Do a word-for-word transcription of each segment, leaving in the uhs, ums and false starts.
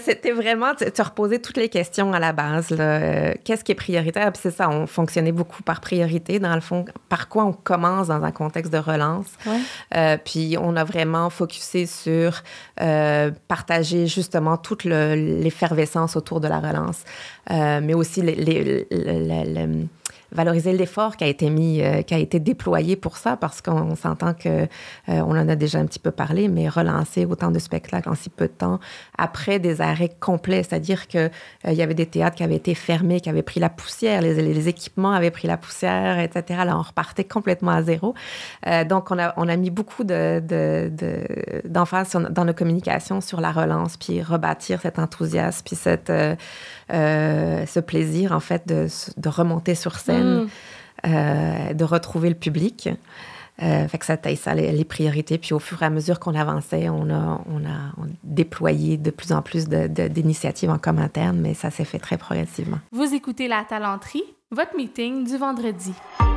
C'était vraiment, tu, tu reposais toutes les questions à la base. Là. Euh, qu'est-ce qui est prioritaire? Puis c'est ça, on fonctionnait beaucoup par priorité. Dans le fond, par quoi on commence dans un contexte de relance. Ouais. Euh, puis on a vraiment focusé sur euh, partager justement toute le, l'effervescence autour de la relance, euh, mais aussi les, les, les, les, les valoriser l'effort qui a été mis, euh, qui a été déployé pour ça, parce qu'on s'entend que, euh, on en a déjà un petit peu parlé, mais relancer autant de spectacles en si peu de temps, après des arrêts complets, c'est-à-dire que euh, il y avait des théâtres qui avaient été fermés, qui avaient pris la poussière, les, les équipements avaient pris la poussière, et cetera. Là, on repartait complètement à zéro. Euh, donc, on a, on a mis beaucoup de, de, de, d'emphase dans nos communications sur la relance, puis rebâtir cet enthousiasme, puis cette, euh, euh, ce plaisir, en fait, de, de remonter sur scène. Mmh. Euh, de retrouver le public. Euh, fait que ça taille ça, les, les priorités. Puis au fur et à mesure qu'on avançait, on a, on a, on a déployé de plus en plus de, de, d'initiatives en com interne, mais ça s'est fait très progressivement. Vous écoutez La Talenterie, votre meeting du vendredi.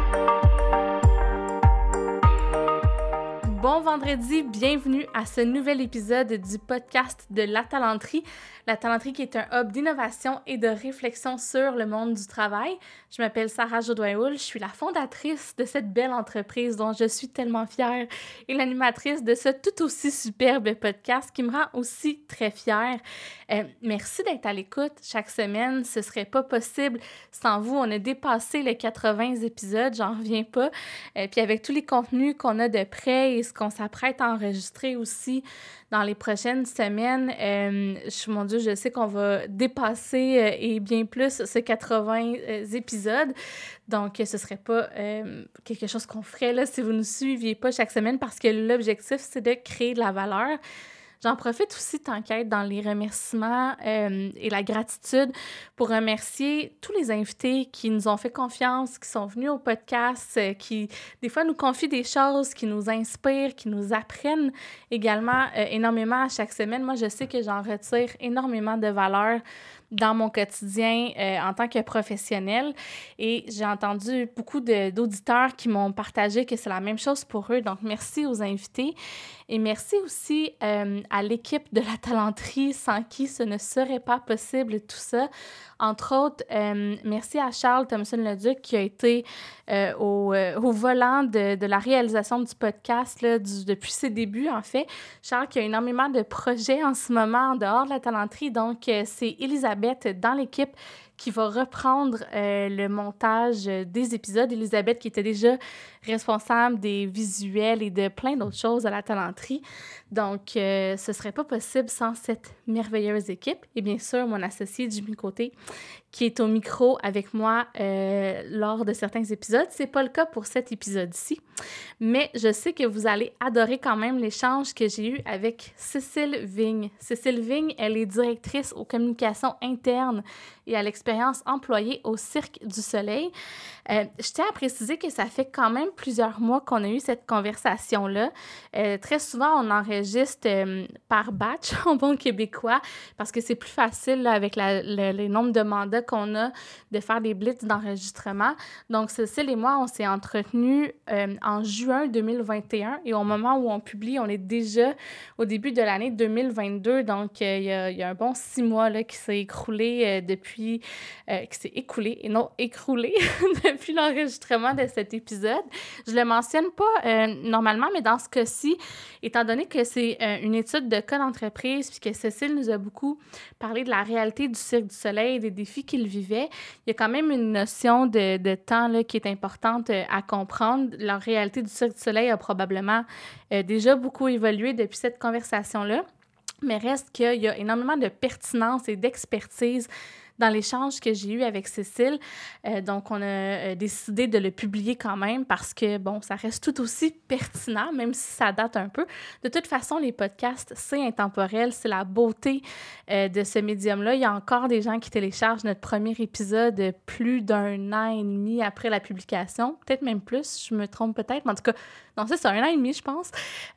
Bon vendredi, bienvenue à ce nouvel épisode du podcast de La Talenterie. La Talenterie qui est un hub d'innovation et de réflexion sur le monde du travail. Je m'appelle Sarah Jodoin-Houle, je suis la fondatrice de cette belle entreprise dont je suis tellement fière et l'animatrice de ce tout aussi superbe podcast qui me rend aussi très fière. Euh, merci d'être à l'écoute chaque semaine, ce serait pas possible sans vous. On a dépassé les quatre-vingts épisodes, j'en reviens pas. Euh, puis avec tous les contenus qu'on a de près et ce qu'on s'apprête à enregistrer aussi dans les prochaines semaines, euh, je, mon Dieu, je sais qu'on va dépasser euh, et bien plus ces quatre-vingts euh, épisodes. Donc, ce serait pas euh, quelque chose qu'on ferait là si vous ne nous suiviez pas chaque semaine parce que l'objectif, c'est de créer de la valeur. J'en profite aussi, tant qu'être dans les remerciements euh, et la gratitude, pour remercier tous les invités qui nous ont fait confiance, qui sont venus au podcast, euh, qui des fois nous confient des choses, qui nous inspirent, qui nous apprennent également euh, énormément à chaque semaine. Moi, je sais que j'en retire énormément de valeur dans mon quotidien euh, en tant que professionnelle. Et j'ai entendu beaucoup de, d'auditeurs qui m'ont partagé que c'est la même chose pour eux. Donc, merci aux invités. Et merci aussi euh, à l'équipe de La Talenterie, sans qui ce ne serait pas possible tout ça. Entre autres, euh, merci à Charles Thompson-Leduc qui a été euh, au, euh, au volant de, de la réalisation du podcast là, du, depuis ses débuts, en fait. Charles qui a énormément de projets en ce moment en dehors de La Talenterie. Donc, euh, c'est Elisabeth dans l'équipe qui va reprendre euh, le montage des épisodes. Elisabeth qui était déjà responsable des visuels et de plein d'autres choses à La Talenterie. Donc, euh, ce serait pas possible sans cette merveilleuse équipe. Et bien sûr, mon associé Jimmy Côté, qui est au micro avec moi euh, lors de certains épisodes. C'est pas le cas pour cet épisode-ci, mais je sais que vous allez adorer quand même l'échange que j'ai eu avec Cécile Vigne. Cécile Vigne, elle est directrice aux communications internes et à l'expérience employée au Cirque du Soleil. Euh, je tiens à préciser que ça fait quand même plusieurs mois qu'on a eu cette conversation-là. Euh, très souvent, on enregistre euh, par batch en bon québécois parce que c'est plus facile là, avec la, le, les nombres de mandats qu'on a de faire des blitz d'enregistrement. Donc, Cécile et moi, on s'est entretenus euh, en juin deux mille vingt et un et au moment où on publie, on est déjà au début de l'année deux mille vingt-deux. Donc, il euh, y, a, y a un bon six mois là, qui s'est écroulé euh, depuis... Euh, qui s'est écoulé et non écroulé depuis l'enregistrement de cet épisode. Je le mentionne pas euh, normalement, mais dans ce cas-ci, étant donné que c'est euh, une étude de cas d'entreprise puis que Cécile nous a beaucoup parlé de la réalité du Cirque du Soleil et des défis qu'il vivait, il y a quand même une notion de, de temps là, qui est importante euh, à comprendre. La réalité du Cirque du Soleil a probablement euh, déjà beaucoup évolué depuis cette conversation-là, mais reste qu'il y a énormément de pertinence et d'expertise dans l'échange que j'ai eu avec Cécile. Euh, donc, on a euh, décidé de le publier quand même parce que, bon, ça reste tout aussi pertinent, même si ça date un peu. De toute façon, les podcasts, c'est intemporel, c'est la beauté euh, de ce médium-là. Il y a encore des gens qui téléchargent notre premier épisode plus d'un an et demi après la publication, peut-être même plus, je me trompe peut-être, mais en tout cas, non, c'est ça, un an et demi, je pense.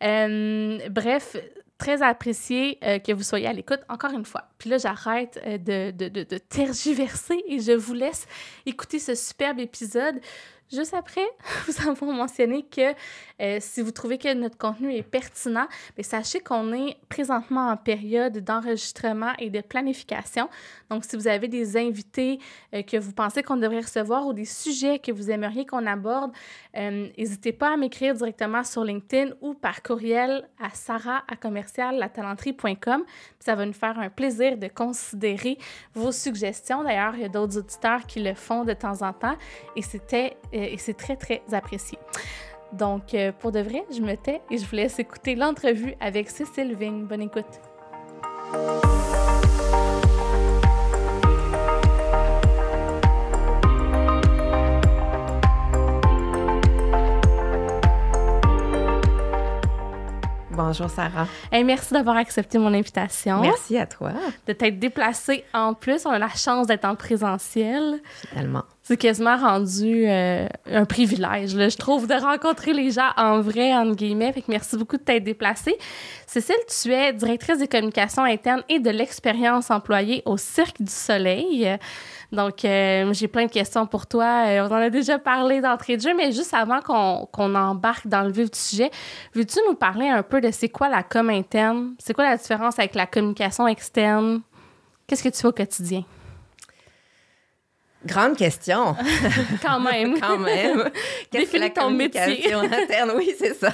Euh, bref, très apprécié euh, que vous soyez à l'écoute, encore une fois. Puis là, j'arrête euh, de, de, de, de tergiverser et je vous laisse écouter ce superbe épisode Juste après, nous avons mentionné que euh, si vous trouvez que notre contenu est pertinent, bien, sachez qu'on est présentement en période d'enregistrement et de planification. Donc, si vous avez des invités euh, que vous pensez qu'on devrait recevoir ou des sujets que vous aimeriez qu'on aborde, euh, n'hésitez pas à m'écrire directement sur LinkedIn ou par courriel à sarah à commercial la talenterie point com. Ça va nous faire un plaisir de considérer vos suggestions. D'ailleurs, il y a d'autres auditeurs qui le font de temps en temps et c'était et c'est très, très apprécié. Donc, euh, pour de vrai, je me tais et je vous laisse écouter l'entrevue avec Cécile Vigne. Bonne écoute. Bonjour Sarah. Hey, merci d'avoir accepté mon invitation. Merci à toi. De t'être déplacée en plus. On a la chance d'être en présentiel. Finalement. C'est quasiment rendu euh, un privilège, là, je trouve, de rencontrer les gens en vrai, entre guillemets. Fait que merci beaucoup de t'être déplacée. Cécile, tu es directrice des communications internes et de l'expérience employée au Cirque du Soleil. Donc, euh, j'ai plein de questions pour toi. Euh, on en a déjà parlé d'entrée de jeu, mais juste avant qu'on, qu'on embarque dans le vif du sujet, veux-tu nous parler un peu de c'est quoi la com interne? C'est quoi la différence avec la communication externe? Qu'est-ce que tu fais au quotidien? Grande question. Quand même. Quand même. Qu'est-ce que la ton communication métier. interne? Oui, c'est ça.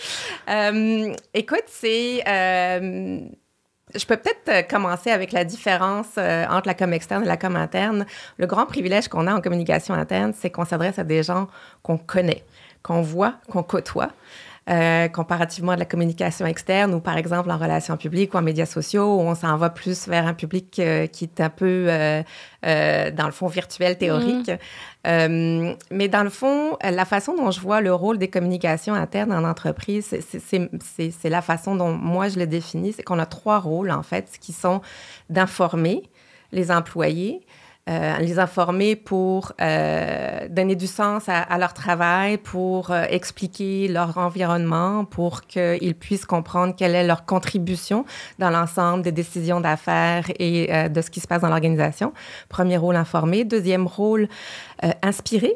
euh, écoute, c'est... Euh, je peux peut-être commencer avec la différence euh, entre la com externe et la com interne. Le grand privilège qu'on a en communication interne, c'est qu'on s'adresse à des gens qu'on connaît, qu'on voit, qu'on côtoie. Euh, comparativement à de la communication externe ou, par exemple, en relations publiques ou en médias sociaux, où on s'en va plus vers un public euh, qui est un peu, euh, euh, dans le fond, virtuel, théorique. Mmh. Euh, mais dans le fond, la façon dont je vois le rôle des communications internes en entreprise, c'est, c'est, c'est, c'est, c'est la façon dont moi je le définis, c'est qu'on a trois rôles, en fait, qui sont d'informer les employés, Euh, les informer pour euh, donner du sens à, à leur travail, pour euh, expliquer leur environnement, pour qu'ils puissent comprendre quelle est leur contribution dans l'ensemble des décisions d'affaires et euh, de ce qui se passe dans l'organisation. Premier rôle, informer. Deuxième rôle, euh, inspirer.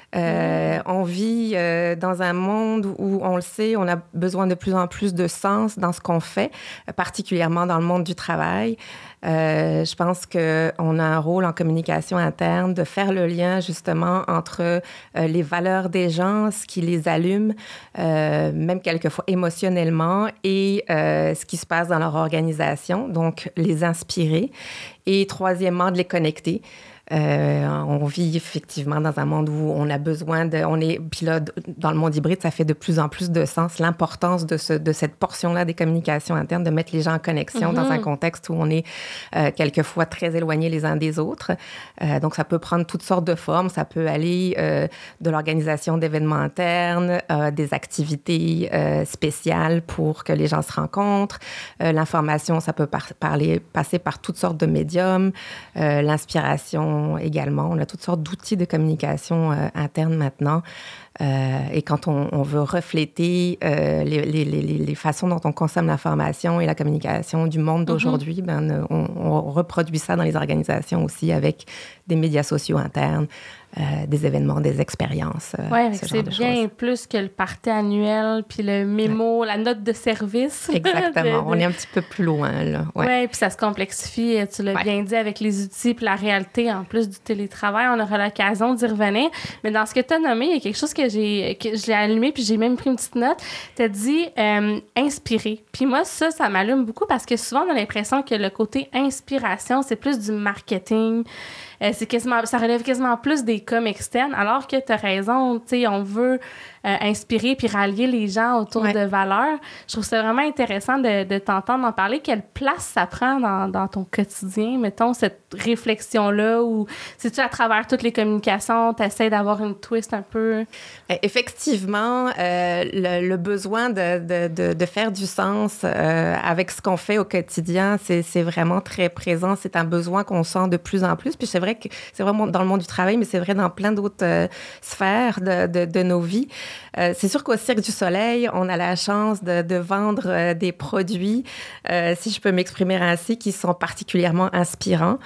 Euh, on vit euh, dans un monde où, on le sait, on a besoin de plus en plus de sens dans ce qu'on fait, particulièrement dans le monde du travail. Euh, je pense qu'on a un rôle en communication interne de faire le lien justement entre euh, les valeurs des gens, ce qui les allume, euh, même quelquefois émotionnellement, et euh, ce qui se passe dans leur organisation, donc les inspirer. Et troisièmement, de les connecter. Euh, on vit effectivement dans un monde où on a besoin de... On est, puis là, dans le monde hybride, ça fait de plus en plus de sens, l'importance de, ce, de cette portion-là des communications internes, de mettre les gens en connexion mm-hmm. dans un contexte où on est euh, quelquefois très éloignés les uns des autres. Euh, donc, ça peut prendre toutes sortes de formes. Ça peut aller euh, de l'organisation d'événements internes, euh, des activités euh, spéciales pour que les gens se rencontrent. Euh, l'information, ça peut par- parler, passer par toutes sortes de médiums. Euh, l'inspiration également. On a toutes sortes d'outils de communication euh, interne maintenant. Euh, et quand on, on veut refléter euh, les, les, les, les façons dont on consomme l'information et la communication du monde d'aujourd'hui, mm-hmm. ben, on, on reproduit ça dans les organisations aussi avec des médias sociaux internes, euh, des événements, des expériences. Euh, oui, c'est bien choses. Plus que le party annuel, puis le mémo, ouais. la note de service. Exactement. de, de... On est un petit peu plus loin, là. Oui, ouais, puis ça se complexifie, tu l'as ouais. bien dit, avec les outils puis la réalité, en plus du télétravail. On aura l'occasion d'y revenir. Mais dans ce que tu as nommé, il y a quelque chose que j'ai que je l'ai allumé, puis j'ai même pris une petite note. Tu as dit euh, inspirer. Puis moi, ça, ça m'allume beaucoup parce que souvent, on a l'impression que le côté inspiration, c'est plus du marketing. Euh, c'est quasiment, ça relève quasiment plus des coms externes, alors que tu as raison, tu sais, on veut euh, inspirer puis rallier les gens autour ouais. de valeurs. Je trouve ça vraiment intéressant de, de t'entendre en parler. Quelle place ça prend dans, dans ton quotidien, mettons, cette réflexion-là, ou c'est-tu à travers toutes les communications, tu essaies d'avoir une twist un peu? Effectivement, euh, le, le besoin de, de, de, de faire du sens euh, avec ce qu'on fait au quotidien, c'est, c'est vraiment très présent. C'est un besoin qu'on sent de plus en plus. Puis c'est vrai que c'est vraiment dans le monde du travail, mais c'est vrai dans plein d'autres euh, sphères de, de, de nos vies. Euh, c'est sûr qu'au Cirque du Soleil, on a la chance de, de vendre euh, des produits, euh, si je peux m'exprimer ainsi, qui sont particulièrement inspirants.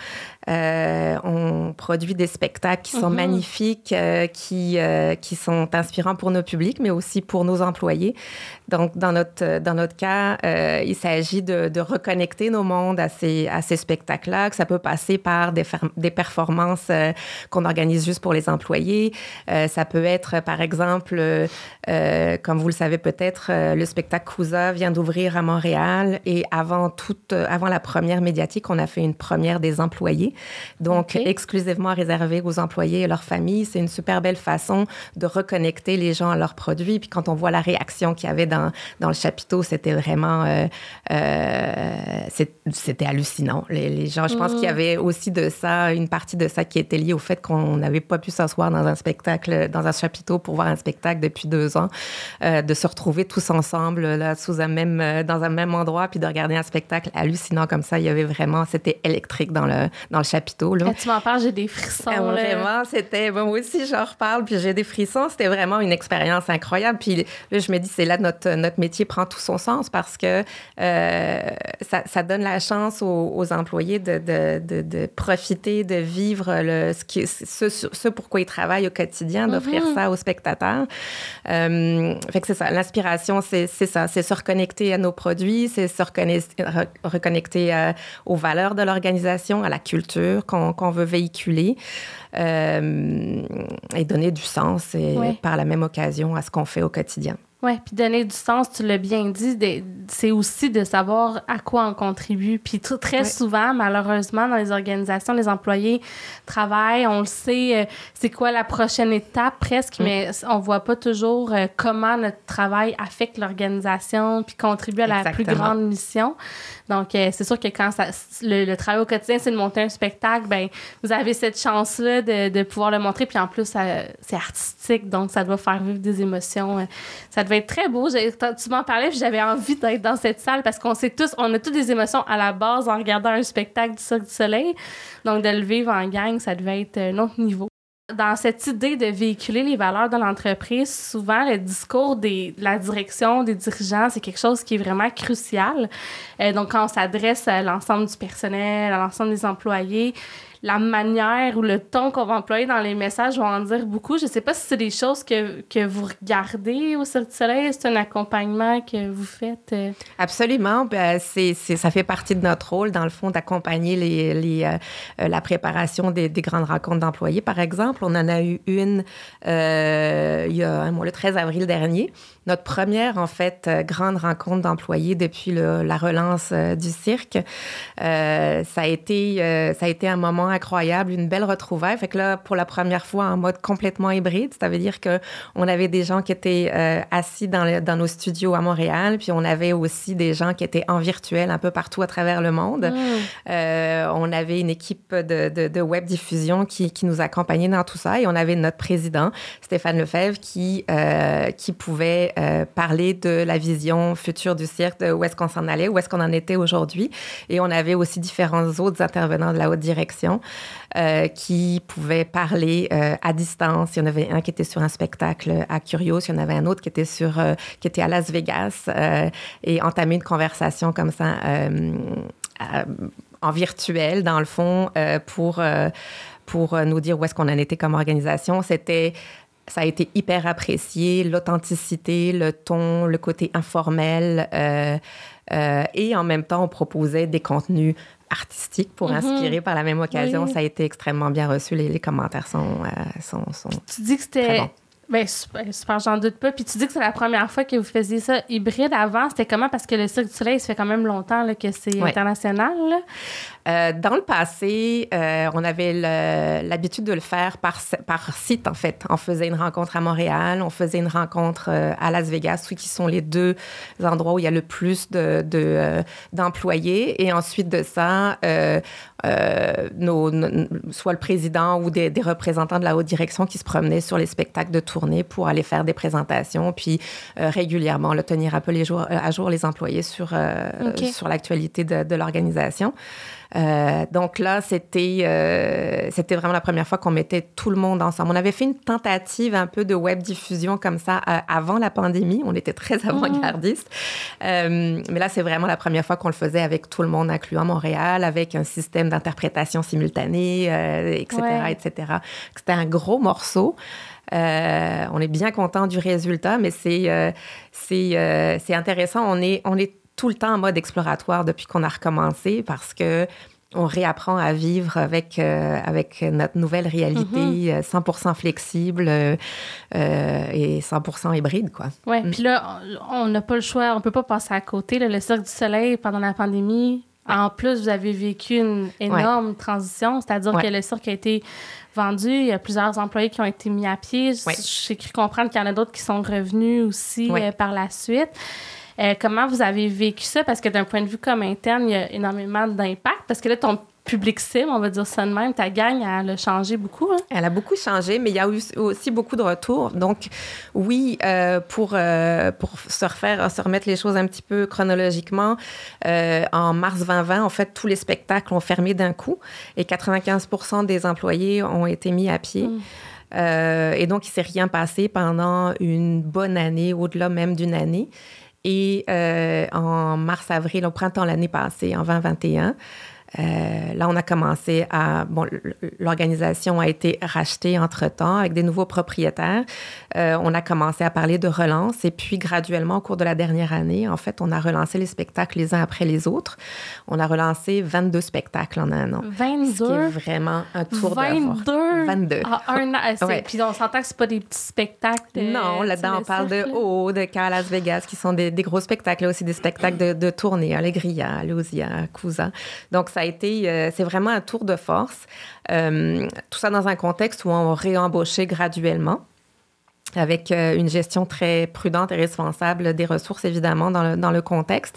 Euh, on produit des spectacles qui sont mm-hmm. magnifiques, euh, qui, euh, qui sont inspirants pour nos publics, mais aussi pour nos employés. Donc, dans notre, dans notre cas, euh, il s'agit de, de reconnecter nos mondes à ces, à ces spectacles-là, que ça peut passer par des, fer- des performances euh, qu'on organise juste pour les employés. Euh, ça peut être, par exemple, euh, euh, comme vous le savez peut-être, euh, le spectacle Cruza vient d'ouvrir à Montréal et avant, toute, avant la première médiatique, on a fait une première des employés. Donc, okay. exclusivement réservée aux employés et leurs familles. C'est une super belle façon de reconnecter les gens à leurs produits. Puis quand on voit la réaction qu'il y avait dans, dans le chapiteau, c'était vraiment... Euh, euh, c'est, c'était hallucinant. Les, les gens, je pense mmh. qu'il y avait aussi de ça, une partie de ça qui était liée au fait qu'on n'avait pas pu s'asseoir dans un spectacle, dans un chapiteau pour voir un spectacle depuis deux ans, euh, de se retrouver tous ensemble là, sous un même, euh, dans un même endroit, puis de regarder un spectacle hallucinant comme ça. Il y avait vraiment... C'était électrique dans le, dans le chapiteau. Là. Quand tu m'en parles, j'ai des frissons. Euh, vraiment, c'était... Bon, moi aussi, j'en reparle, puis j'ai des frissons. C'était vraiment une expérience incroyable. Puis là, je me dis, c'est là notre, notre métier prend tout son sens parce que euh, ça, ça donne la chance aux, aux employés de, de, de, de profiter, de vivre le, ce, qui, ce, ce pourquoi ils travaillent au quotidien, d'offrir mm-hmm. ça aux spectateurs. Euh, fait que c'est ça. L'inspiration, c'est, c'est ça. C'est se reconnecter à nos produits, c'est se reconnecter, re, reconnecter à, aux valeurs de l'organisation, à la culture qu'on, qu'on veut véhiculer euh, et donner du sens et, oui. par la même occasion à ce qu'on fait au quotidien. Oui, puis donner du sens, tu l'as bien dit, de, c'est aussi de savoir à quoi on contribue. Puis t- très oui. souvent, malheureusement, dans les organisations, les employés travaillent, on le sait, euh, c'est quoi la prochaine étape presque, mm. mais on voit pas toujours euh, comment notre travail affecte l'organisation puis contribue à la Exactement. Plus grande mission. Donc, euh, c'est sûr que quand ça, le, le travail au quotidien, c'est de monter un spectacle, bien, vous avez cette chance-là de, de pouvoir le montrer. Puis en plus, ça, c'est artistique, donc ça doit faire vivre des émotions. Ça doit être très beau. J'ai, tu m'en parlais, puis j'avais envie d'être dans cette salle parce qu'on sait tous, on a toutes des émotions à la base en regardant un spectacle du Cirque du Soleil. Donc, de le vivre en gang, ça devait être un autre niveau. Dans cette idée de véhiculer les valeurs de l'entreprise, souvent, le discours des, de la direction, des dirigeants, c'est quelque chose qui est vraiment crucial. Euh, donc, quand on s'adresse à l'ensemble du personnel, à l'ensemble des employés, la manière ou le ton qu'on va employer dans les messages va en dire beaucoup. Je ne sais pas si c'est des choses que, que vous regardez au Cirque du Soleil, c'est un accompagnement que vous faites. Euh... Absolument. Ben, c'est, c'est, ça fait partie de notre rôle, dans le fond, d'accompagner les, les, euh, la préparation des, des grandes rencontres d'employés, par exemple. On en a eu une euh, il y a un mois, le treize avril dernier. Notre première, en fait, euh, grande rencontre d'employés depuis le, la relance euh, du cirque. Euh, ça a été, euh, ça a été un moment incroyable, une belle retrouvaille. Fait que là, pour la première fois, en mode complètement hybride, ça veut dire qu'on avait des gens qui étaient euh, assis dans, le, dans nos studios à Montréal, puis on avait aussi des gens qui étaient en virtuel un peu partout à travers le monde. Mmh. Euh, on avait une équipe de, de, de web diffusion qui, qui nous accompagnait dans tout ça et on avait notre président, Stéphane Lefebvre, qui, euh, qui pouvait Euh, parler de la vision future du cirque, de où est-ce qu'on s'en allait, où est-ce qu'on en était aujourd'hui. Et on avait aussi différents autres intervenants de la haute direction euh, qui pouvaient parler euh, à distance. Il y en avait un qui était sur un spectacle à Curios, il y en avait un autre qui était, sur, euh, qui était à Las Vegas euh, et entamer une conversation comme ça euh, euh, en virtuel, dans le fond, euh, pour, euh, pour nous dire où est-ce qu'on en était comme organisation. C'était... Ça a été hyper apprécié, l'authenticité, le ton, le côté informel. Euh, euh, et en même temps, on proposait des contenus artistiques pour mm-hmm. inspirer par la même occasion. Oui. Ça a été extrêmement bien reçu. Les, les commentaires sont, euh, sont, sont Tu dis que c'était... Très bons. Bien, super, super, j'en doute pas. Puis tu dis que c'est la première fois que vous faisiez ça hybride. Avant, c'était comment? Parce que le Cirque du Soleil, ça fait quand même longtemps là, que c'est ouais. international. Là. Euh, dans le passé, euh, on avait le, l'habitude de le faire par, par site, en fait. On faisait une rencontre à Montréal, on faisait une rencontre euh, à Las Vegas, qui sont les deux endroits où il y a le plus de, de, euh, d'employés. Et ensuite de ça, euh, euh, nos, nos, soit le président ou des, des représentants de la haute direction qui se promenaient sur les spectacles de tournée pour aller faire des présentations, puis euh, régulièrement le tenir un peu les jours, à jour les employés sur, euh, okay. sur l'actualité de, de l'organisation. Euh, donc là, c'était, euh, c'était vraiment la première fois qu'on mettait tout le monde ensemble. On avait fait une tentative un peu de web diffusion comme ça euh, avant la pandémie. On était très avant-gardistes. Mmh. Euh, mais là, c'est vraiment la première fois qu'on le faisait avec tout le monde, incluant Montréal, avec un système d'interprétation simultanée, euh, et cetera, ouais. et cetera. C'était un gros morceau. Euh, on est bien content du résultat, mais c'est, euh, c'est, euh, c'est intéressant. On est, on est tout le temps en mode exploratoire depuis qu'on a recommencé parce que on réapprend à vivre avec, euh, avec notre nouvelle réalité, mm-hmm. cent pour cent flexible euh, euh, et cent pour cent hybride, quoi. Oui, mm. Puis là, on n'a pas le choix, on ne peut pas passer à côté. Là, le Cirque du Soleil, pendant la pandémie, ouais. En plus, vous avez vécu une énorme ouais. transition, c'est-à-dire ouais. que le cirque a été vendu, il y a plusieurs employés qui ont été mis à pied. Ouais. J'ai cru comprendre qu'il y en a d'autres qui sont revenus aussi ouais. euh, par la suite. Euh, comment vous avez vécu ça? Parce que d'un point de vue comme interne, il y a énormément d'impact. Parce que là, ton public cible, on va dire ça de même, ta gang, elle a changé beaucoup. Hein? Elle a beaucoup changé, mais il y a eu aussi beaucoup de retours. Donc, oui, euh, pour, euh, pour se refaire, se remettre les choses un petit peu chronologiquement, euh, en mars vingt vingt, en fait, tous les spectacles ont fermé d'un coup et quatre-vingt-quinze pour cent des employés ont été mis à pied. Mmh. Euh, et donc, il ne s'est rien passé pendant une bonne année, au-delà même d'une année. Et euh, en mars-avril, au printemps l'année passée, en vingt vingt et un, euh, là, on a commencé à... Bon, l'organisation a été rachetée entre-temps avec des nouveaux propriétaires. Euh, on a commencé à parler de relance et puis graduellement, au cours de la dernière année, en fait, on a relancé les spectacles les uns après les autres. On a relancé vingt-deux spectacles en un an. vingt-deux? Ce qui est vraiment un tour vingt-deux? de force. vingt-deux? Ah, un an. Ouais. Puis on s'entend que c'est pas des petits spectacles. De, non, là-dedans, on parle de haut, de cas à Las Vegas, qui sont des, des gros spectacles. Là aussi, des spectacles de, de tournée, Alegria, Alousia, Cousa. Donc, ça a été... Euh, c'est vraiment un tour de force. Euh, tout ça dans un contexte où on réembauchait graduellement, avec euh, une gestion très prudente et responsable des ressources, évidemment, dans le, dans le contexte.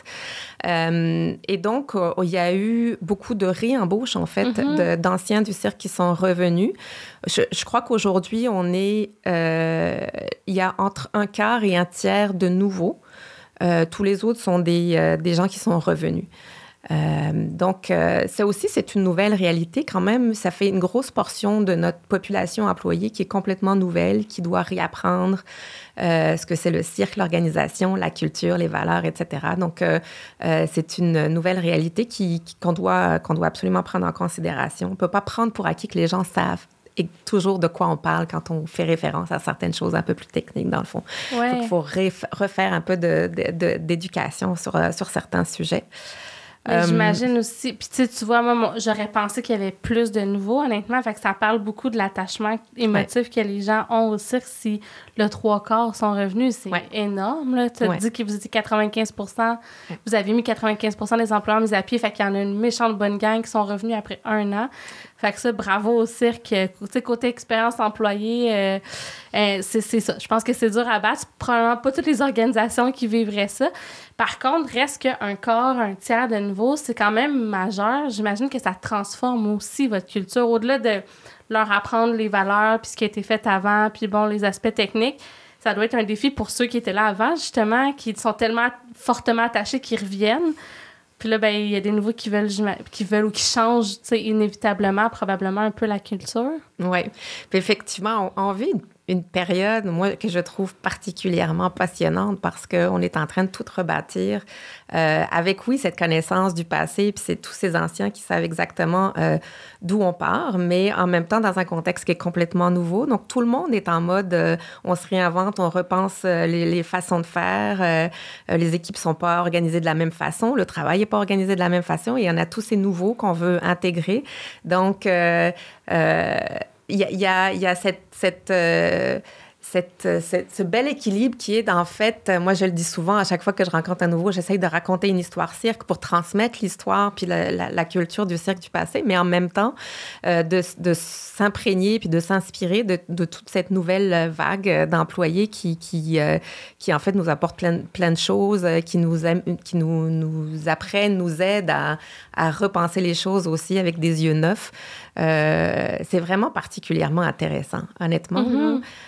Euh, et donc, euh, il y a eu beaucoup de réembauches, en fait, mm-hmm. de, d'anciens du cirque qui sont revenus. Je, je crois qu'aujourd'hui, on est... Euh, il y a entre un quart et un tiers de nouveaux. Euh, tous les autres sont des, euh, des gens qui sont revenus. Euh, donc, euh, ça aussi, c'est une nouvelle réalité quand même. Ça fait une grosse portion de notre population employée qui est complètement nouvelle, qui doit réapprendre euh, ce que c'est le cirque, l'organisation, la culture, les valeurs, et cetera. Donc, euh, euh, c'est une nouvelle réalité qui, qui, qu'on doit, qu'on doit absolument prendre en considération. On ne peut pas prendre pour acquis que les gens savent et toujours de quoi on parle quand on fait référence à certaines choses un peu plus techniques, dans le fond. Ouais. Donc, il faut ref- refaire un peu de, de, de, d'éducation sur, sur certains sujets. Mais j'imagine aussi... Puis tu sais, tu vois, moi, mon, j'aurais pensé qu'il y avait plus de nouveaux, honnêtement. Fait que ça parle beaucoup de l'attachement émotif ouais. que les gens ont au cirque. Si le trois quarts sont revenus, c'est ouais. énorme, là. Tu as ouais. dit que vous étiez quatre-vingt-quinze pour cent. Ouais. Vous avez mis quatre-vingt-quinze pour cent des employés mis à pied. Fait qu'il y en a une méchante bonne gang qui sont revenus après un an. Fait que ça, bravo au cirque. Tu sais, côté expérience employée, euh, euh, c'est, c'est ça. Je pense que c'est dur à battre. C'est probablement pas toutes les organisations qui vivraient ça. Par contre, reste qu'un quart, un tiers de nouveau, c'est quand même majeur. J'imagine que ça transforme aussi votre culture. Au-delà de leur apprendre les valeurs, puis ce qui a été fait avant, puis bon, les aspects techniques, ça doit être un défi pour ceux qui étaient là avant, justement, qui sont tellement fortement attachés qu'ils reviennent. Puis là, ben il y a des nouveaux qui veulent, qui veulent ou qui changent, tu sais, inévitablement, probablement un peu la culture. Oui. Puis effectivement, on, on vit une, une période, moi, que je trouve particulièrement passionnante parce qu'on est en train de tout rebâtir euh, avec, oui, cette connaissance du passé, puis c'est tous ces anciens qui savent exactement euh, d'où on part, mais en même temps, dans un contexte qui est complètement nouveau. Donc, tout le monde est en mode, euh, on se réinvente, on repense euh, les, les façons de faire. Euh, les équipes ne sont pas organisées de la même façon, le travail n'est pas organisé de la même façon, et il y en a tous ces nouveaux qu'on veut intégrer. Donc, euh, euh, il y a, y a, y a cette... cette euh, Cette, cette, ce bel équilibre qui est, en fait, moi, je le dis souvent, à chaque fois que je rencontre un nouveau, j'essaye de raconter une histoire cirque pour transmettre l'histoire puis la, la, la culture du cirque du passé, mais en même temps, euh, de, de s'imprégner puis de s'inspirer de, de toute cette nouvelle vague d'employés qui, qui, euh, qui en fait, nous apporte plein, plein de choses, qui, nous, aiment, qui nous, nous apprennent, nous aident à, à repenser les choses aussi avec des yeux neufs. Euh, c'est vraiment particulièrement intéressant, honnêtement. Mm-hmm. Euh, moi,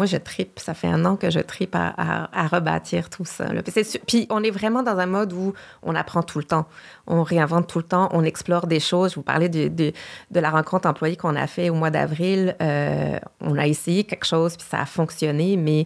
je tripe. Ça fait un an que je tripe à, à, à rebâtir tout ça. Là. Puis, c'est, puis on est vraiment dans un mode où on apprend tout le temps. On réinvente tout le temps. On explore des choses. Je vous parlais de, de, de la rencontre employée qu'on a fait au mois d'avril. Euh, on a essayé quelque chose, puis ça a fonctionné, mais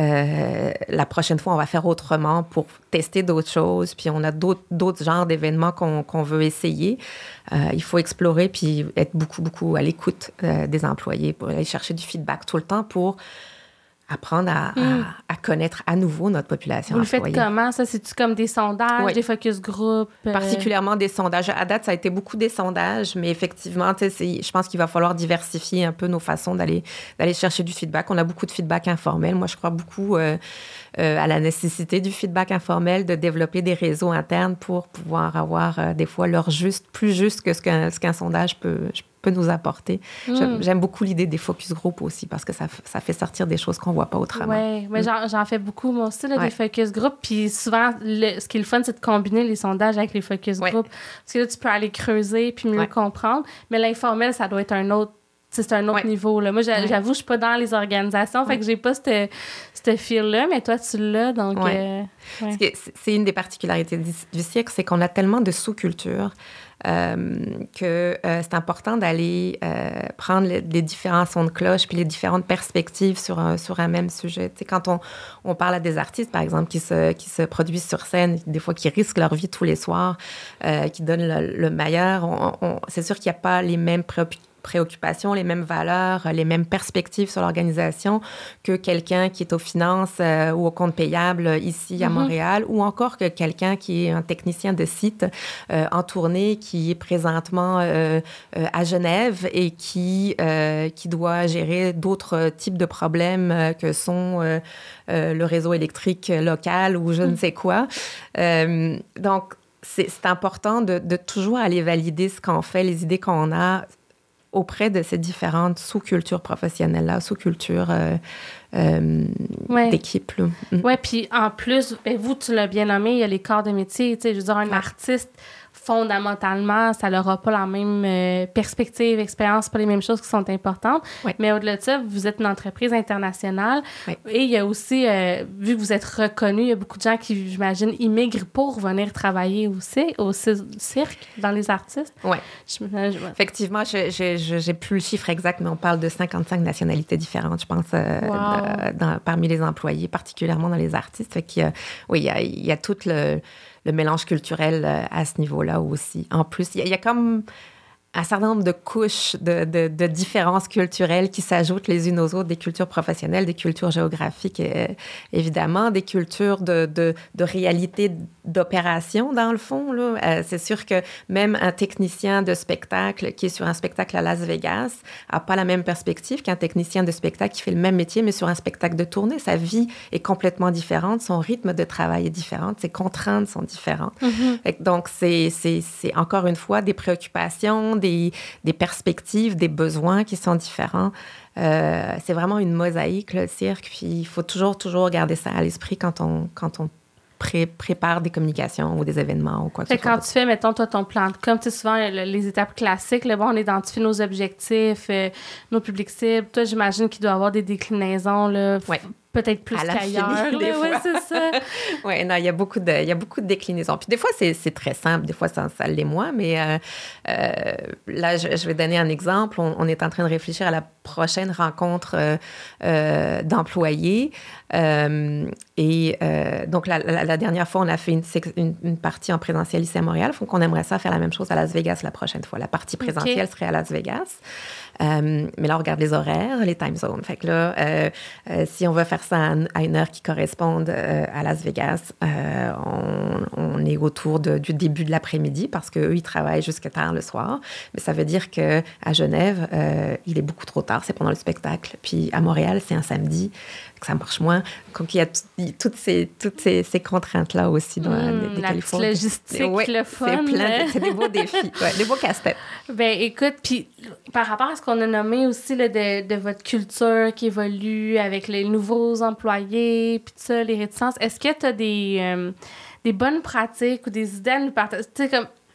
euh, la prochaine fois, on va faire autrement pour tester d'autres choses. Puis on a d'autres, d'autres genres d'événements qu'on, qu'on veut essayer. Euh, il faut explorer puis être beaucoup, beaucoup à l'écoute euh, des employés pour aller chercher du feedback tout le temps pour apprendre à, mm. à, à connaître à nouveau notre population. Vous le faites comment, ça? C'est-tu comme des sondages, oui. des focus group? Euh... Particulièrement des sondages. À date, ça a été beaucoup des sondages, mais effectivement, c'est, je pense qu'il va falloir diversifier un peu nos façons d'aller, d'aller chercher du feedback. On a beaucoup de feedback informel. Moi, je crois beaucoup euh, euh, à la nécessité du feedback informel, de développer des réseaux internes pour pouvoir avoir euh, des fois l'heure juste, plus juste que ce qu'un, ce qu'un sondage peut, peut nous apporter. Mm. J'aime, j'aime beaucoup l'idée des focus group aussi parce que ça, ça fait sortir des choses qu'on voit pas autrement. Oui, mais mm. j'en, j'en fais beaucoup, moi aussi, là, ouais. des focus group. Puis souvent, le, ce qui est le fun, c'est de combiner les sondages avec les focus ouais. group. Parce que là, tu peux aller creuser puis mieux ouais. comprendre. Mais l'informel, ça doit être un autre, c'est un autre ouais. niveau. Là. Moi, j'a, ouais. j'avoue, je suis pas dans les organisations, ouais. fait que j'ai pas ce fil-là, mais toi, tu l'as. Donc, ouais. Euh, ouais. C'est, c'est une des particularités du, du cirque, c'est qu'on a tellement de sous-cultures. Euh, que euh, c'est important d'aller euh, prendre les, les différents sons de cloche puis les différentes perspectives sur un, sur un même sujet. Tu sais, quand on, on parle à des artistes, par exemple, qui se, qui se produisent sur scène, des fois qui risquent leur vie tous les soirs, euh, qui donnent le, le meilleur, on, on, c'est sûr qu'il n'y a pas les mêmes préoccupations préoccupations, les mêmes valeurs, les mêmes perspectives sur l'organisation que quelqu'un qui est aux finances euh, ou au compte payable ici à mm-hmm. Montréal, ou encore que quelqu'un qui est un technicien de site euh, en tournée, qui est présentement euh, euh, à Genève et qui, euh, qui doit gérer d'autres types de problèmes euh, que sont euh, euh, le réseau électrique local ou je mm. ne sais quoi. Euh, donc, c'est, c'est important de, de toujours aller valider ce qu'on fait, les idées qu'on a auprès de ces différentes sous-cultures professionnelles-là, sous-cultures euh, euh, ouais. d'équipe. Mm. Oui, puis en plus, ben vous, tu l'as bien nommé, il y a les corps de métier. Tu sais, je veux dire, un ouais. artiste, fondamentalement, ça n'aura pas la même euh, perspective, expérience, pas les mêmes choses qui sont importantes. Oui. Mais au-delà de ça, vous êtes une entreprise internationale. Oui. Et il y a aussi, euh, vu que vous êtes reconnu, il y a beaucoup de gens qui, j'imagine, immigrent pour venir travailler aussi au cirque, dans les artistes. Oui. Je, je, ouais. Effectivement, je, je, je, j'ai plus le chiffre exact, mais on parle de cinquante-cinq nationalités différentes, je pense, euh, wow. dans, dans, parmi les employés, particulièrement dans les artistes. Fait qu'il y a, oui, il y a, il y a tout le... le mélange culturel à ce niveau-là aussi. En plus, il y, y a comme un certain nombre de couches de, de, de différences culturelles qui s'ajoutent les unes aux autres, des cultures professionnelles, des cultures géographiques, euh, évidemment, des cultures de, de, de réalité d'opération, dans le fond. Là. Euh, c'est sûr que même un technicien de spectacle qui est sur un spectacle à Las Vegas n'a pas la même perspective qu'un technicien de spectacle qui fait le même métier, mais sur un spectacle de tournée. Sa vie est complètement différente, son rythme de travail est différent, ses contraintes sont différentes. Mm-hmm. Donc, c'est, c'est, c'est encore une fois des préoccupations, Des, des perspectives, des besoins qui sont différents. Euh, c'est vraiment une mosaïque, le cirque. Puis il faut toujours, toujours garder ça à l'esprit quand on, quand on pré- prépare des communications ou des événements ou quoi que ce soit. Quand tu fais, mettons, toi, ton plan de com, tu sais, souvent, le, les étapes classiques, là, bon, on identifie nos objectifs, euh, nos publics cibles. Toi, j'imagine qu'il doit y avoir des déclinaisons, là. Oui. Peut-être plus qu'ailleurs. Oui, ouais, c'est ça. Oui, non, il y a beaucoup de, il y a beaucoup de déclinaisons. Puis des fois, c'est, c'est très simple. Des fois, ça, ça l'est moins. Mais euh, euh, là, je, je vais donner un exemple. On, on est en train de réfléchir à la prochaine rencontre euh, euh, d'employés. Euh, et euh, donc, la, la, la dernière fois, on a fait une, une, une partie en présentiel ici à Montréal. Donc, on aimerait ça faire la même chose à Las Vegas la prochaine fois. La partie présentielle okay. serait à Las Vegas. Euh, mais là, on regarde les horaires, les time zones. Fait que là, euh, euh, si on veut faire ça à une heure qui corresponde euh, à Las Vegas, euh, on, on est autour de, du début de l'après-midi parce qu'eux, ils travaillent jusqu'à tard le soir. Mais ça veut dire qu'à Genève, euh, il est beaucoup trop tard, c'est pendant le spectacle. Puis à Montréal, c'est un samedi, que ça marche moins. Donc, il y a t- toutes, ces, toutes ces, ces contraintes-là aussi dans mmh, les la petite logistique, ouais, le fun. C'est, plein, c'est des beaux défis, ouais, des beaux casse-têtes. Ben écoute, puis par rapport à ce qu'on a nommé aussi là, de, de votre culture qui évolue avec les nouveaux employés, puis tout ça, les réticences, est-ce que tu as des, euh, des bonnes pratiques ou des idées à nous partager? Tu sais, comme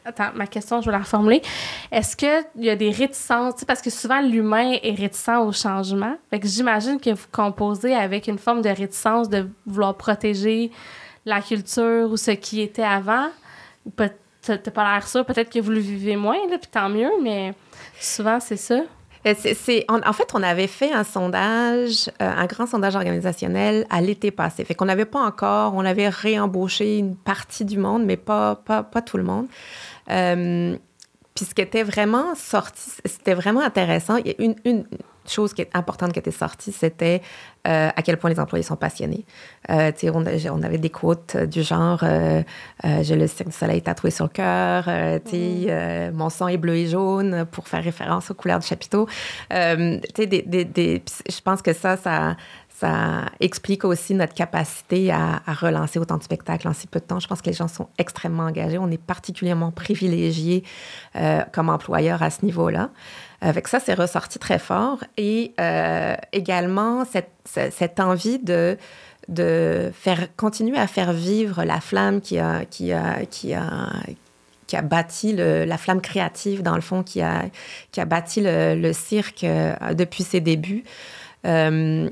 attends, ma question, je vais la reformuler. Est-ce qu'il y a des réticences? Parce que souvent, l'humain est réticent au changement. Fait que j'imagine que vous composez avec une forme de réticence de vouloir protéger la culture ou ce qui était avant. Ou peut- t'as t'as pas l'air sûr. Peut-être que vous le vivez moins, là, puis tant mieux, mais souvent, c'est ça. C'est, c'est, en, en fait, on avait fait un sondage, euh, un grand sondage organisationnel à l'été passé. Fait qu'on n'avait pas encore, on avait réembauché une partie du monde, mais pas, pas, pas tout le monde. Euh, puis ce qui était vraiment sorti, c'était vraiment intéressant. Il y a une, une chose qui est importante qui était sortie, c'était euh, à quel point les employés sont passionnés. Euh, tu sais, on, on avait des quotes du genre euh, euh, « J'ai le Cirque du Soleil tatoué sur le cœur euh, », tu sais, mm-hmm. euh, « Mon sang est bleu et jaune » pour faire référence aux couleurs du chapiteau. Euh, tu sais, des, des, des, je pense que ça, ça... Ça explique aussi notre capacité à, à relancer autant de spectacles en si peu de temps. Je pense que les gens sont extrêmement engagés. On est particulièrement privilégiés euh, comme employeurs à ce niveau-là. Avec ça, c'est ressorti très fort. Et euh, également, cette, cette envie de, de faire, continuer à faire vivre la flamme qui a, qui a, qui a, qui a bâti le, la flamme créative, dans le fond, qui a, qui a bâti le, le cirque euh, depuis ses débuts. Euh,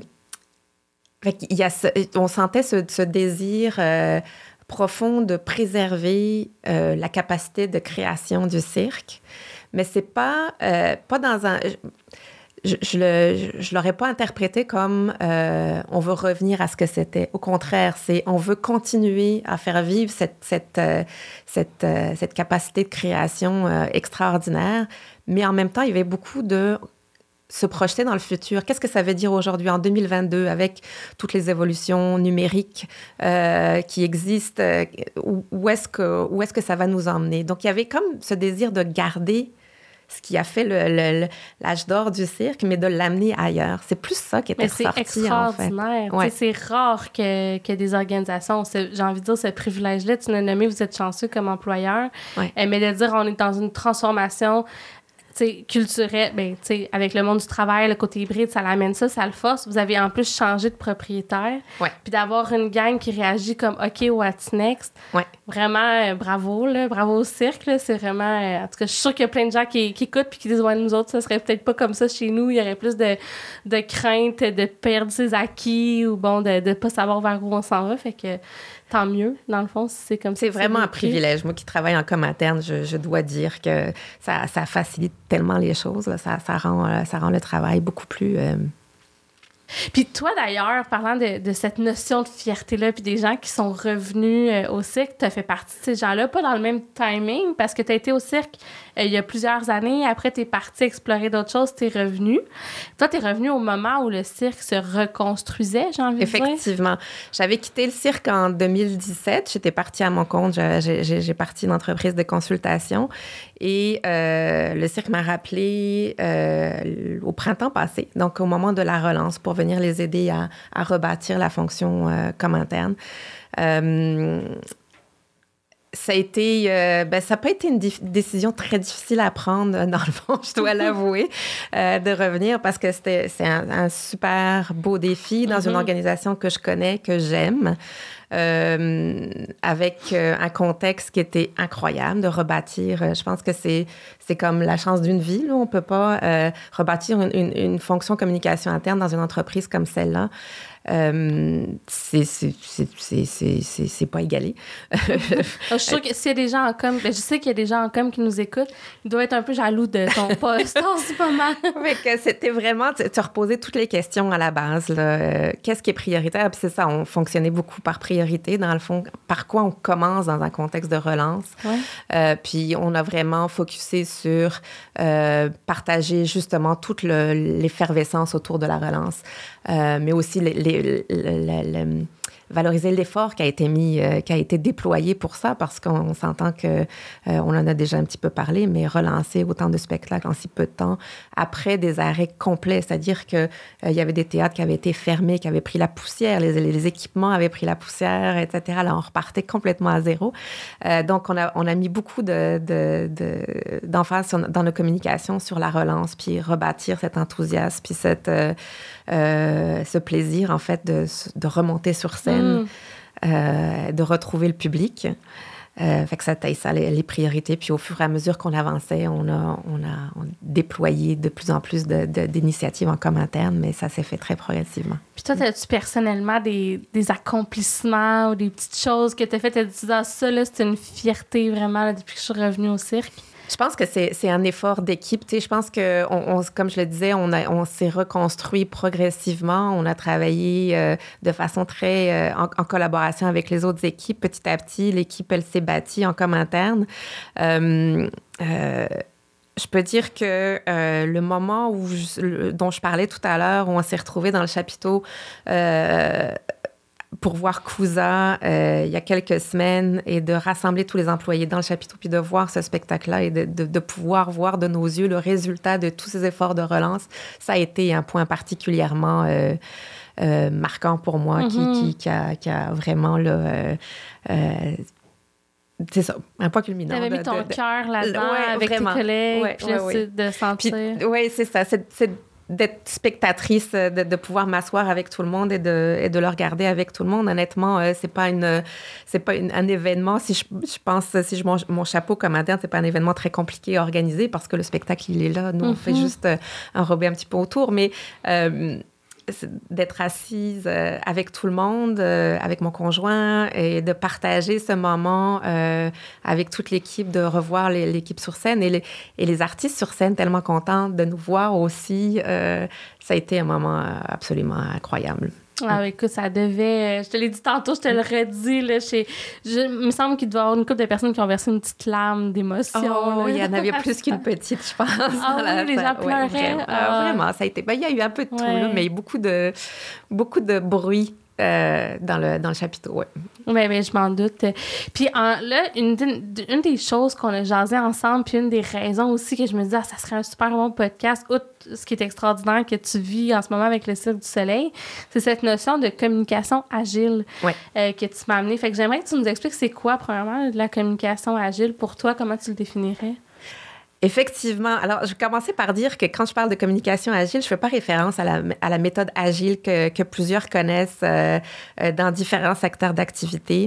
Fait qu'il y a ce, on sentait ce, ce désir euh, profond de préserver euh, la capacité de création du cirque, mais c'est pas, euh, pas dans un... Je, je, le, je l'aurais pas interprété comme euh, on veut revenir à ce que c'était. Au contraire, c'est on veut continuer à faire vivre cette, cette, euh, cette, euh, cette capacité de création euh, extraordinaire, mais en même temps, il y avait beaucoup de... se projeter dans le futur. Qu'est-ce que ça veut dire aujourd'hui, en deux mille vingt-deux, avec toutes les évolutions numériques euh, qui existent? Euh, où, où, est-ce que, où est-ce que ça va nous emmener? Donc, il y avait comme ce désir de garder ce qui a fait le, le, le, l'âge d'or du cirque, mais de l'amener ailleurs. C'est plus ça qui était ressorti, en fait. Mais c'est extraordinaire. Ouais. C'est rare que, que des organisations, j'ai envie de dire, ce privilège-là, tu l'as nommé, vous êtes chanceux comme employeur, ouais. Mais de dire on est dans une transformation culturel, ben, avec le monde du travail, le côté hybride, ça l'amène ça, ça le force. Vous avez en plus changé de propriétaire. Ouais. Puis d'avoir une gang qui réagit comme « OK, what's next? Ouais. » Vraiment, euh, bravo, là, bravo au cirque. Là, c'est vraiment... Euh, en tout cas, je suis sûre qu'il y a plein de gens qui, qui écoutent puis qui disent « Ouais, nous autres, ça serait peut-être pas comme ça chez nous. Il y aurait plus de, de crainte de perdre ses acquis ou bon, de ne pas savoir vers où on s'en va. » Fait que tant mieux, dans le fond, si c'est comme ça. C'est vraiment un privilège. Moi qui travaille en com interne, je, je dois dire que ça, ça facilite tellement les choses. Là. Ça, ça, rend, ça rend le travail beaucoup plus... Euh... Puis toi, d'ailleurs, parlant de, de cette notion de fierté-là, puis des gens qui sont revenus euh, au cirque, tu as fait partie de ces gens-là, pas dans le même timing, parce que tu as été au cirque euh, il y a plusieurs années. Après, tu es parti explorer d'autres choses, tu es revenu. Toi, tu es revenu au moment où le cirque se reconstruisait, j'ai envie de dire. Effectivement. J'avais quitté le cirque en deux mille dix-sept. J'étais partie à mon compte. J'ai, j'ai, j'ai parti une entreprise de consultation. Et euh, le cirque m'a rappelé euh, au printemps passé, donc au moment de la relance, pour venir les aider à, à rebâtir la fonction euh, comme interne. Euh, ça a été, euh, ben, ça n'a pas été une dif- décision très difficile à prendre, dans le fond, je dois l'avouer, euh, de revenir parce que c'était, c'est un, un super beau défi dans mm-hmm. une organisation que je connais, que j'aime. Euh, avec euh, un contexte qui était incroyable, de rebâtir. Je pense que c'est, c'est comme la chance d'une vie. Là. On ne peut pas euh, rebâtir une, une, une fonction communication interne dans une entreprise comme celle-là. Euh, c'est, c'est, c'est, c'est, c'est, c'est, c'est pas égalé. Je suis sûre que s'il y a des gens en com, ben je sais qu'il y a des gens en com qui nous écoutent, ils doivent être un peu jaloux de ton poste en ce moment. Oui, que c'était vraiment, tu, tu reposais toutes les questions à la base. Là. Euh, qu'est-ce qui est prioritaire? Puis c'est ça, on fonctionnait beaucoup par priorité, dans le fond. Par quoi on commence dans un contexte de relance? Ouais. Euh, puis on a vraiment focusé sur euh, partager justement toute le, l'effervescence autour de la relance, euh, mais aussi les, les Le, le, le, valoriser l'effort qui a été mis, euh, qui a été déployé pour ça, parce qu'on s'entend que, euh, on en a déjà un petit peu parlé, mais relancer autant de spectacles en si peu de temps, après des arrêts complets, c'est-à-dire qu'il euh, y avait des théâtres qui avaient été fermés, qui avaient pris la poussière, les, les équipements avaient pris la poussière, et cetera. Là, on repartait complètement à zéro. Euh, donc, on a, on a mis beaucoup de, de, de, d'emphase sur, dans nos communications sur la relance, puis rebâtir cet enthousiasme, puis cette, euh, euh, ce plaisir, en fait, de, de remonter sur scène, mm. euh, de retrouver le public. Euh, fait que ça taille ça, les, les priorités. Puis au fur et à mesure qu'on avançait, on a, on a, on a déployé de plus en plus de, de, d'initiatives en com interne, mais ça s'est fait très progressivement. Puis toi, as-tu personnellement des, des accomplissements ou des petites choses que tu as faites? Tu dis, ah, ça, là, c'est une fierté vraiment là, depuis que je suis revenue au cirque? Je pense que c'est, c'est un effort d'équipe. Tu sais, je pense que, on, on, comme je le disais, on, a, on s'est reconstruit progressivement. On a travaillé euh, de façon très euh, en, en collaboration avec les autres équipes. Petit à petit, l'équipe, elle s'est bâtie en com interne. Euh, euh, je peux dire que euh, le moment où je, le, dont je parlais tout à l'heure, où on s'est retrouvés dans le chapiteau euh, pour voir Cousa euh, il y a quelques semaines et de rassembler tous les employés dans le chapiteau puis de voir ce spectacle-là et de, de, de pouvoir voir de nos yeux le résultat de tous ces efforts de relance, ça a été un point particulièrement euh, euh, marquant pour moi mm-hmm. qui, qui, qui, a, qui a vraiment là, euh, euh, c'est ça, un point culminant. T'avais mis ton de, de, cœur là-dedans ouais, avec vraiment. Tes collègues, ouais, puis ouais, là, ouais. c'est de sentir... Oui, c'est ça, c'est... c'est d'être spectatrice, de, de pouvoir m'asseoir avec tout le monde et de, et de le regarder avec tout le monde. Honnêtement, euh, c'est pas une, c'est pas une, un événement. Si je, je pense, si je mange mon chapeau comme interne, c'est pas un événement très compliqué à organiser parce que le spectacle, il est là. Nous, mm-hmm. on fait juste euh, enrober un petit peu autour. Mais euh, d'être assise euh, avec tout le monde, euh, avec mon conjoint et de partager ce moment euh, avec toute l'équipe, de revoir les, l'équipe sur scène et les, et les artistes sur scène tellement contents de nous voir aussi. Euh, ça a été un moment absolument incroyable. Ah oui, écoute, ça devait... Je te l'ai dit tantôt, je te le redis. Là, chez, je, il me semble qu'il doit y avoir une couple de personnes qui ont versé une petite larme d'émotion. Oh, là. Il y en avait plus qu'une petite, je pense. Ah oui, la, les gens pleuraient. Ouais, vraiment, ah. vraiment, ça a été... Ben, il y a eu un peu de tout, ouais. là, mais beaucoup de, beaucoup de bruit euh, dans, le, dans le chapiteau, oui. Oui, mais je m'en doute. Puis en, là, une, une des choses qu'on a jasé ensemble, puis une des raisons aussi que je me disais, ah, ça serait un super bon podcast, outre ce qui est extraordinaire que tu vis en ce moment avec le Cirque du Soleil, c'est cette notion de communication agile ouais. euh, que tu m'as amenée. Fait que j'aimerais que tu nous expliques c'est quoi, premièrement, la communication agile pour toi, comment tu le définirais? Effectivement. Alors, je vais commencer par dire que quand je parle de communication agile, je ne fais pas référence à la, à la méthode agile que, que plusieurs connaissent euh, dans différents secteurs d'activité.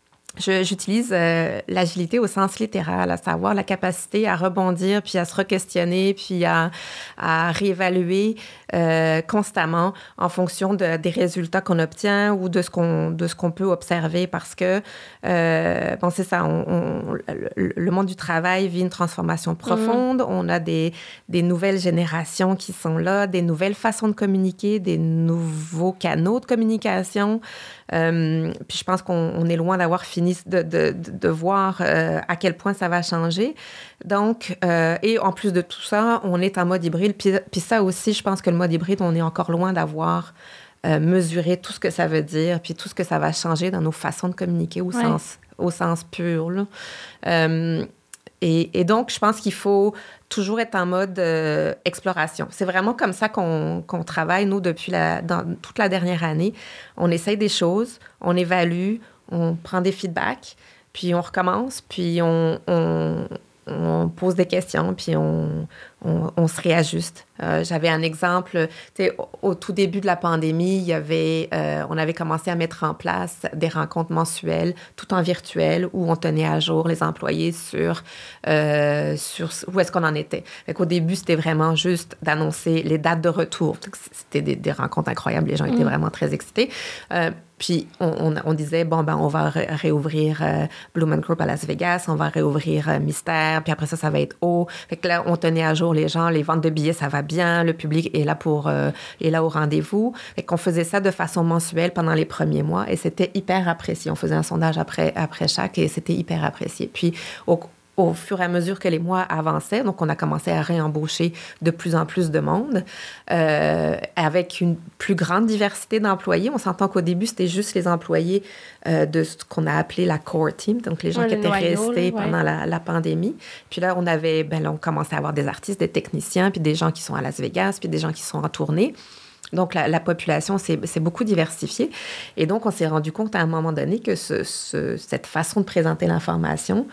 Je, j'utilise euh, l'agilité au sens littéral, à savoir la capacité à rebondir, puis à se re-questionner, puis à, à réévaluer euh, constamment en fonction de, des résultats qu'on obtient ou de ce qu'on, de ce qu'on peut observer parce que, euh, bon, c'est ça, on, on, le, le monde du travail vit une transformation profonde. Mmh. On a des, des nouvelles générations qui sont là, des nouvelles façons de communiquer, des nouveaux canaux de communication. Euh, puis je pense qu'on on est loin d'avoir fini de, de, de, de voir euh, à quel point ça va changer. Donc, euh, et en plus de tout ça, on est en mode hybride. Puis, puis ça aussi, je pense que le mode hybride, on est encore loin d'avoir euh, mesuré tout ce que ça veut dire, puis tout ce que ça va changer dans nos façons de communiquer au, ouais. sens, au sens pur, là. Euh, Et, et donc, je pense qu'il faut toujours être en mode euh, exploration. C'est vraiment comme ça qu'on, qu'on travaille, nous, depuis la, dans toute la dernière année. On essaye des choses, on évalue, on prend des feedbacks, puis on recommence, puis on, on, on pose des questions, puis on, on, on se réajuste. Euh, j'avais un exemple, tu sais, au, au tout début de la pandémie, il y avait, euh, on avait commencé à mettre en place des rencontres mensuelles, tout en virtuel, où on tenait à jour les employés sur, euh, sur où est-ce qu'on en était. Fait qu'au début, c'était vraiment juste d'annoncer les dates de retour. C'était des, des rencontres incroyables, les gens étaient mmh. vraiment très excités. Euh, Puis, on, on, on disait, bon, ben, on va ré- réouvrir euh, Bloomin' Group à Las Vegas, on va réouvrir euh, Mystère, puis après ça, ça va être haut. Fait que là, on tenait à jour les gens, les ventes de billets, ça va bien, le public est là pour, euh, est là au rendez-vous. Fait qu'on faisait ça de façon mensuelle pendant les premiers mois et c'était hyper apprécié. On faisait un sondage après, après chaque et c'était hyper apprécié. Puis, au Au fur et à mesure que les mois avançaient, donc on a commencé à réembaucher de plus en plus de monde euh, avec une plus grande diversité d'employés. On s'entend qu'au début, c'était juste les employés euh, de ce qu'on a appelé la core team, donc les gens ouais, qui étaient noyaux, restés là, pendant ouais. la, la pandémie. Puis là, on avait, ben là, on commençait à avoir des artistes, des techniciens, puis des gens qui sont à Las Vegas, puis des gens qui sont en tournée. Donc, la, la population s'est, s'est beaucoup diversifiée. Et donc, on s'est rendu compte à un moment donné que ce, ce, cette façon de présenter l'information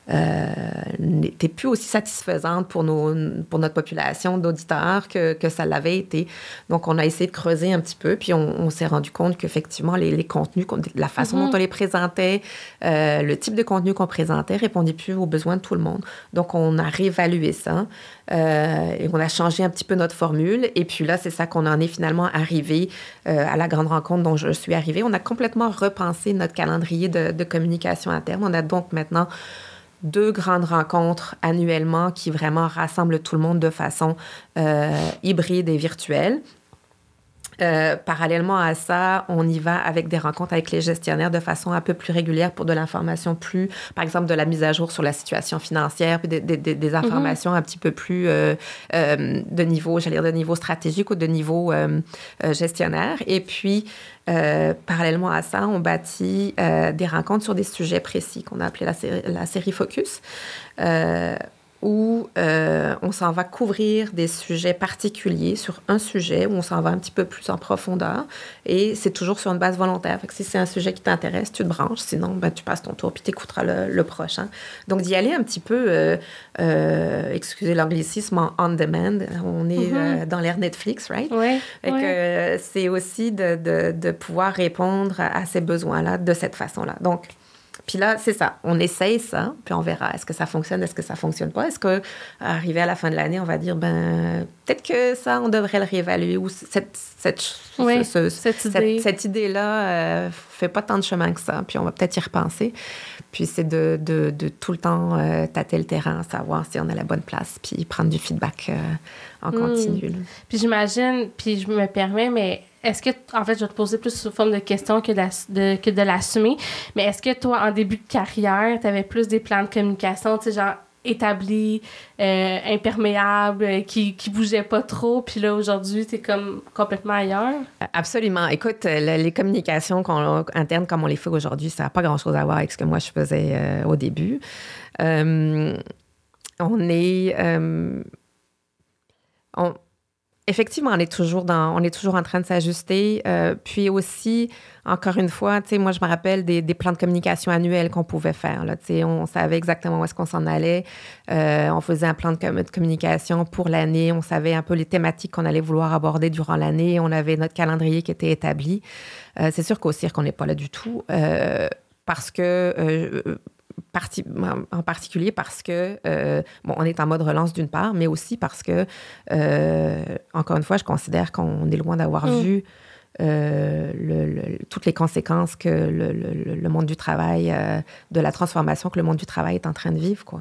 euh, n'était plus aussi satisfaisante pour, nos, pour notre population d'auditeurs que, que ça l'avait été. Donc, on a essayé de creuser un petit peu, puis on, on s'est rendu compte qu'effectivement, les, les contenus, la façon mm-hmm. dont on les présentait, euh, le type de contenu qu'on présentait répondait plus aux besoins de tout le monde. Donc, on a réévalué ça euh, et on a changé un petit peu notre formule. Et puis là, c'est ça qu'on en est finalement arrivé euh, à la grande rencontre dont je suis arrivée. On a complètement repensé notre calendrier de, de communication interne. On a donc maintenant deux grandes rencontres annuellement qui vraiment rassemblent tout le monde de façon euh, hybride et virtuelle. Euh, parallèlement à ça, on y va avec des rencontres avec les gestionnaires de façon un peu plus régulière pour de l'information plus, par exemple, de la mise à jour sur la situation financière, puis des, des, des informations mm-hmm. un petit peu plus euh, euh, de niveau, j'allais dire de niveau stratégique ou de niveau euh, euh, gestionnaire. Et puis, euh, parallèlement à ça, on bâtit euh, des rencontres sur des sujets précis qu'on a appelé la série, la série Focus. Euh, où euh, on s'en va couvrir des sujets particuliers sur un sujet, où on s'en va un petit peu plus en profondeur. Et c'est toujours sur une base volontaire. Fait que si c'est un sujet qui t'intéresse, tu te branches. Sinon, ben, tu passes ton tour puis tu écouteras le, le prochain. Donc, d'y aller un petit peu, euh, euh, excusez l'anglicisme, en on demand. On est mm-hmm. euh, dans l'ère Netflix, right? Oui. Fait ouais. que euh, c'est aussi de, de, de pouvoir répondre à, à ces besoins-là de cette façon-là. Donc, puis là, c'est ça. On essaye ça, puis on verra. Est-ce que ça fonctionne? Est-ce que ça fonctionne pas? Est-ce qu'arrivé à la fin de l'année, on va dire, ben peut-être que ça, on devrait le réévaluer ou cette, cette, oui, ce, ce, cette, idée. cette, cette idée-là euh, fait pas tant de chemin que ça. Puis on va peut-être y repenser. Puis c'est de, de, de tout le temps euh, tâter le terrain, savoir si on a la bonne place, puis prendre du feedback euh, en mmh. continu. Là. Puis j'imagine, puis je me permets, mais est-ce que, en fait, je vais te poser plus sous forme de question que de, que de l'assumer, mais est-ce que toi, en début de carrière, tu avais plus des plans de communication, tu sais, genre établis, euh, imperméables, euh, qui, qui bougeaient pas trop, puis là, aujourd'hui, t'es comme complètement ailleurs? Absolument. Écoute, le, les communications qu'on, internes comme on les fait aujourd'hui, ça n'a pas grand-chose à voir avec ce que moi, je faisais euh, au début. Euh, on est... Euh, on, Effectivement, on est toujours dans, on est toujours en train de s'ajuster. Euh, puis aussi, encore une fois, tu sais, moi, je me rappelle des, des plans de communication annuels qu'on pouvait faire. Là, tu sais, on savait exactement où est-ce qu'on s'en allait. Euh, on faisait un plan de, com- de communication pour l'année. On savait un peu les thématiques qu'on allait vouloir aborder durant l'année. On avait notre calendrier qui était établi. Euh, c'est sûr qu'au cirque, on n'est pas là du tout euh, parce que... Euh, Parti, en particulier parce que, euh, bon, on est en mode relance d'une part, mais aussi parce que, euh, encore une fois, je considère qu'on est loin d'avoir mmh. vu euh, le, le, toutes les conséquences que le, le, le monde du travail, euh, de la transformation que le monde du travail est en train de vivre, quoi.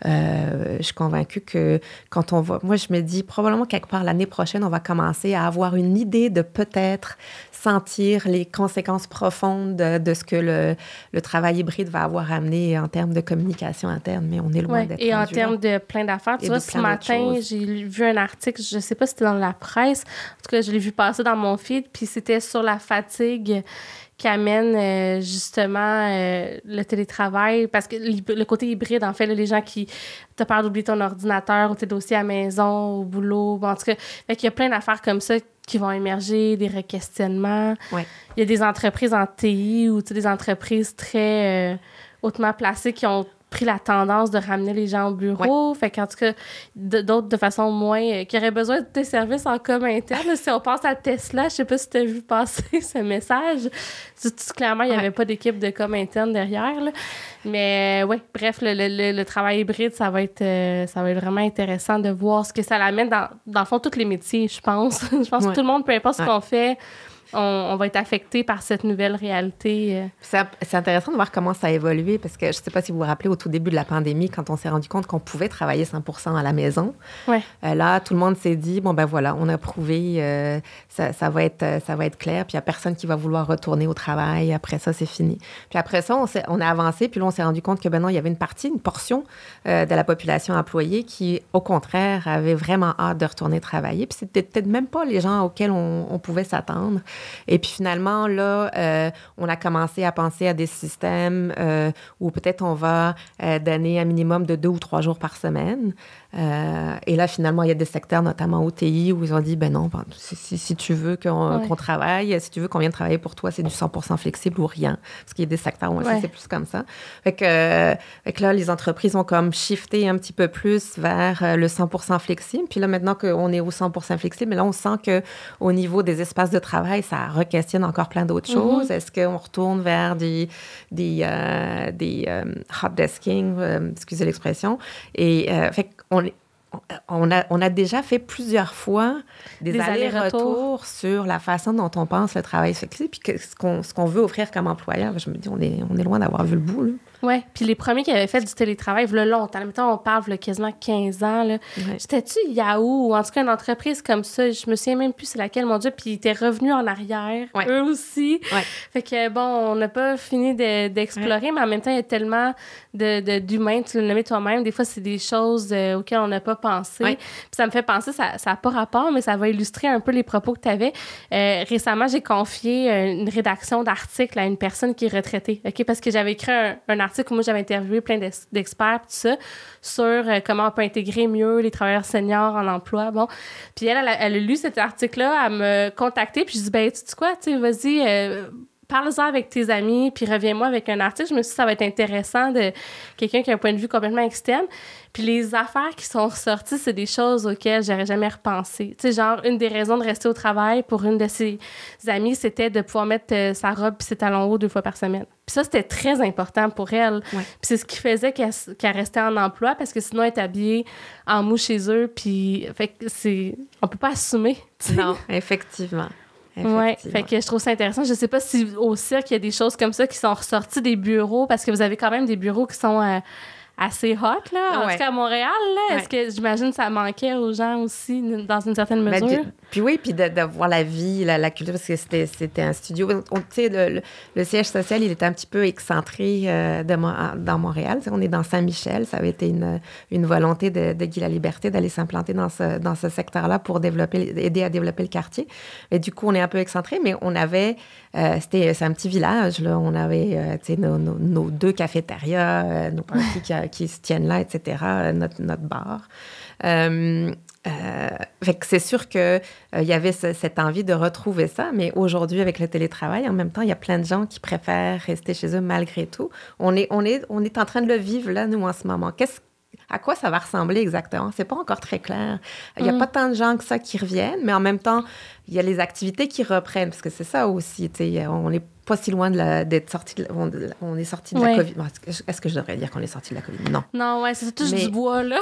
Euh, je suis convaincue que quand on va... Moi, je me dis, probablement quelque part l'année prochaine, on va commencer à avoir une idée de peut-être sentir les conséquences profondes de, de ce que le, le travail hybride va avoir amené en termes de communication interne, mais on est loin ouais, d'être et en termes de plein d'affaires. Tu vois, ce matin, j'ai vu un article, je ne sais pas si c'était dans la presse, en tout cas, je l'ai vu passer dans mon feed, puis c'était sur la fatigue qu'amène euh, justement euh, le télétravail, parce que le côté hybride, en fait, là, les gens qui te peur d'oublier ton ordinateur ou tes dossiers à la maison, au boulot, bon, en tout cas, fait qu'il y a plein d'affaires comme ça qui vont émerger, des requestionnements. Ouais. Il y a des entreprises en T I ou des entreprises très euh, hautement placées qui ont pris la tendance de ramener les gens au bureau. Ouais. Fait qu'en tout cas, de, d'autres de façon moins... Euh, qui auraient besoin de tes services en com interne. Si on pense à Tesla, je sais pas si tu as vu passer ce message. Tu, tu, clairement, il n'y avait ouais. pas d'équipe de com interne derrière. Là. Mais euh, oui, bref, le, le, le travail hybride, ça va être euh, ça va être vraiment intéressant de voir ce que ça l'amène dans, dans le fond, tous les métiers, je pense. je pense ouais. que tout le monde, peu importe ouais. ce qu'on fait... On, on va être affecté par cette nouvelle réalité. C'est, c'est intéressant de voir comment ça a évolué parce que je ne sais pas si vous vous rappelez, au tout début de la pandémie, quand on s'est rendu compte qu'on pouvait travailler cent pour cent à la maison, ouais. euh, là, tout le monde s'est dit, bon, ben voilà, on a prouvé, euh, ça, ça, va être, ça va être clair, puis il n'y a personne qui va vouloir retourner au travail. Après ça, c'est fini. Puis après ça, on, s'est, on a avancé, puis là, on s'est rendu compte que, ben non, il y avait une partie, une portion euh, de la population employée qui, au contraire, avait vraiment hâte de retourner travailler. Puis c'était peut-être même pas les gens auxquels on, on pouvait s'attendre. Et puis finalement, là, euh, on a commencé à penser à des systèmes euh, où peut-être on va euh, donner un minimum de deux ou trois jours par semaine. Euh, et là, finalement, il y a des secteurs, notamment O T I, où ils ont dit, ben non, ben, si, si, si tu veux qu'on, ouais. qu'on travaille, si tu veux qu'on vienne travailler pour toi, c'est du cent pour cent flexible ou rien. Parce qu'il y a des secteurs où ouais. c'est plus comme ça. Fait que, euh, fait que là, les entreprises ont comme shifté un petit peu plus vers euh, le cent pour cent flexible. Puis là, maintenant qu'on est au cent pour cent flexible, mais là, on sent qu'au niveau des espaces de travail, ça re-questionne encore plein d'autres choses. Mm-hmm. Est-ce qu'on retourne vers des, des, euh, des euh, hot desking, euh, excusez l'expression, et euh, fait qu'on On a, on a déjà fait plusieurs fois des, des allers-retours sur la façon dont on pense le travail flexible, puis ce qu'on, ce qu'on veut offrir comme employeur. Je me dis, on est, on est loin d'avoir vu le bout, là. Oui, puis les premiers qui avaient fait du télétravail, il y a longtemps, mettons, on parle, il y a quasiment quinze ans, là. Ouais. J'étais-tu Yahoo, ou en tout cas une entreprise comme ça, je me souviens même plus c'est laquelle, mon Dieu, puis ils étaient revenus en arrière, ouais. eux aussi. Ouais. Fait que, bon, on n'a pas fini de, d'explorer, ouais. mais en même temps, il y a tellement de, de, d'humains, tu l'as nommé toi-même, des fois, c'est des choses euh, auxquelles on n'a pas pensé. Ouais. Puis ça me fait penser, ça n'a pas rapport, mais ça va illustrer un peu les propos que tu avais. Euh, récemment, j'ai confié une rédaction d'articles à une personne qui est retraitée, OK? Parce que j'avais écrit un, un article où moi, j'avais interviewé plein d'experts, tout ça, sur euh, comment on peut intégrer mieux les travailleurs seniors en emploi. Bon. Puis elle, elle a, elle a lu cet article-là, elle m'a contactée, puis je dis, ben, tu sais quoi, tu sais, vas-y, euh, parle-en avec tes amis, puis reviens-moi avec un article. Je me suis dit, ça va être intéressant de quelqu'un qui a un point de vue complètement externe. Puis les affaires qui sont ressorties, c'est des choses auxquelles j'aurais jamais repensé. Tu sais, genre, une des raisons de rester au travail pour une de ses amies, c'était de pouvoir mettre euh, sa robe puis ses talons hauts deux fois par semaine. Puis ça, c'était très important pour elle. Ouais. Puis c'est ce qui faisait qu'elle, qu'elle restait en emploi, parce que sinon, elle est habillée en mou chez eux, puis fait que c'est... On peut pas assumer, tu sais. Non, effectivement. Oui, fait que je trouve ça intéressant. Je sais pas si au cirque, il y a des choses comme ça qui sont ressorties des bureaux, parce que vous avez quand même des bureaux qui sont euh, assez hot, là. En ouais. tout cas, à Montréal, là. Ouais. Est-ce que, j'imagine, ça manquait aux gens aussi, dans une certaine mesure? Ben, puis oui, puis de, de voir la vie, la, la culture, parce que c'était, c'était un studio. Tu sais, le, le, le siège social, il était un petit peu excentré euh, de, dans Montréal. T'sais, on est dans Saint-Michel. Ça avait été une, une volonté de, de Guy Laliberté d'aller s'implanter dans ce, dans ce secteur-là pour développer, aider à développer le quartier. Et du coup, on est un peu excentré, mais on avait... Euh, c'était, c'est un petit village, là. On avait, euh, tu sais, nos, nos, nos deux cafétérias, euh, nos parties qui, qui se tiennent là, et cetera, euh, notre, notre bar. Euh, euh, fait que c'est sûr qu'il euh, y avait ce, cette envie de retrouver ça, mais aujourd'hui, avec le télétravail, en même temps, il y a plein de gens qui préfèrent rester chez eux malgré tout. On est, on est, on est en train de le vivre, là, nous, en ce moment. Qu'est-ce À quoi ça va ressembler exactement? C'est pas encore très clair. Il n'y a mmh. pas tant de gens que ça qui reviennent, mais en même temps, il y a les activités qui reprennent, parce que c'est ça aussi, tu sais, on n'est pas si loin de la, d'être sorti de la, on, on est sorti de ouais. la COVID. Est-ce que je devrais dire qu'on est sorti de la COVID? Non. Non, ouais, c'est touche mais... du bois, là.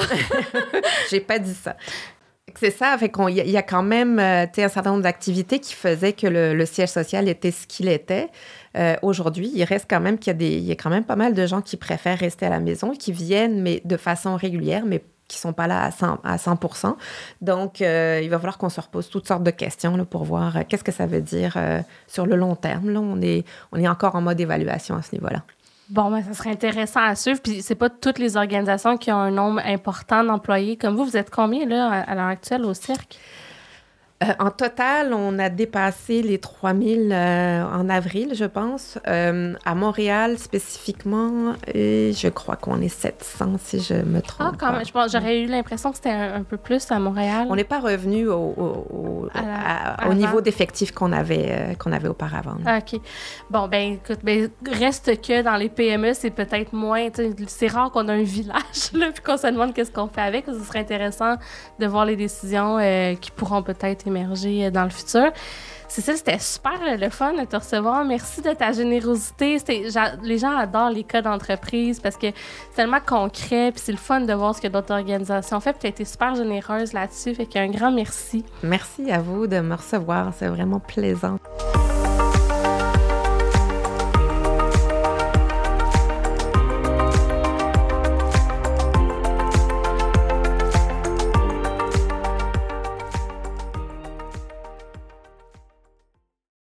J'ai pas dit ça. C'est ça, fait qu'on, il y, y a quand même, euh, tu sais, un certain nombre d'activités qui faisaient que le, le siège social était ce qu'il était. Euh, aujourd'hui, il reste quand même qu'il y a des, il y a quand même pas mal de gens qui préfèrent rester à la maison, qui viennent, mais de façon régulière, mais qui sont pas là à cent, à cent pour cent. Donc, euh, il va falloir qu'on se repose toutes sortes de questions là, pour voir euh, qu'est-ce que ça veut dire euh, sur le long terme. Là, on est, on est encore en mode évaluation à ce niveau-là. Bon, ben, ça serait intéressant à suivre. Puis, c'est pas toutes les organisations qui ont un nombre important d'employés. Comme vous, vous êtes combien, là, à l'heure actuelle, au cirque? Euh, en total, on a dépassé les trois mille euh, en avril, je pense. Euh, à Montréal, spécifiquement, et je crois qu'on est sept cents, si je me trompe. Ah, quand même. Je pense, j'aurais eu l'impression que c'était un, un peu plus à Montréal. On n'est pas revenu au, au, au, à la, à, au niveau d'effectifs qu'on avait, euh, qu'on avait auparavant. Ah, OK. Bon, ben écoute, ben, reste que dans les P M E, c'est peut-être moins... C'est rare qu'on a un village, là, puis qu'on se demande qu'est-ce qu'on fait avec. Ce serait intéressant de voir les décisions euh, qui pourront peut-être émerger dans le futur. C'est ça, c'était super le fun de te recevoir. Merci de ta générosité. C'était, les gens adorent les cas d'entreprise parce que c'est tellement concret, puis c'est le fun de voir ce que d'autres organisations font. Puis tu as été super généreuse là-dessus, fait qu'un grand merci. Merci à vous de me recevoir, c'est vraiment plaisant.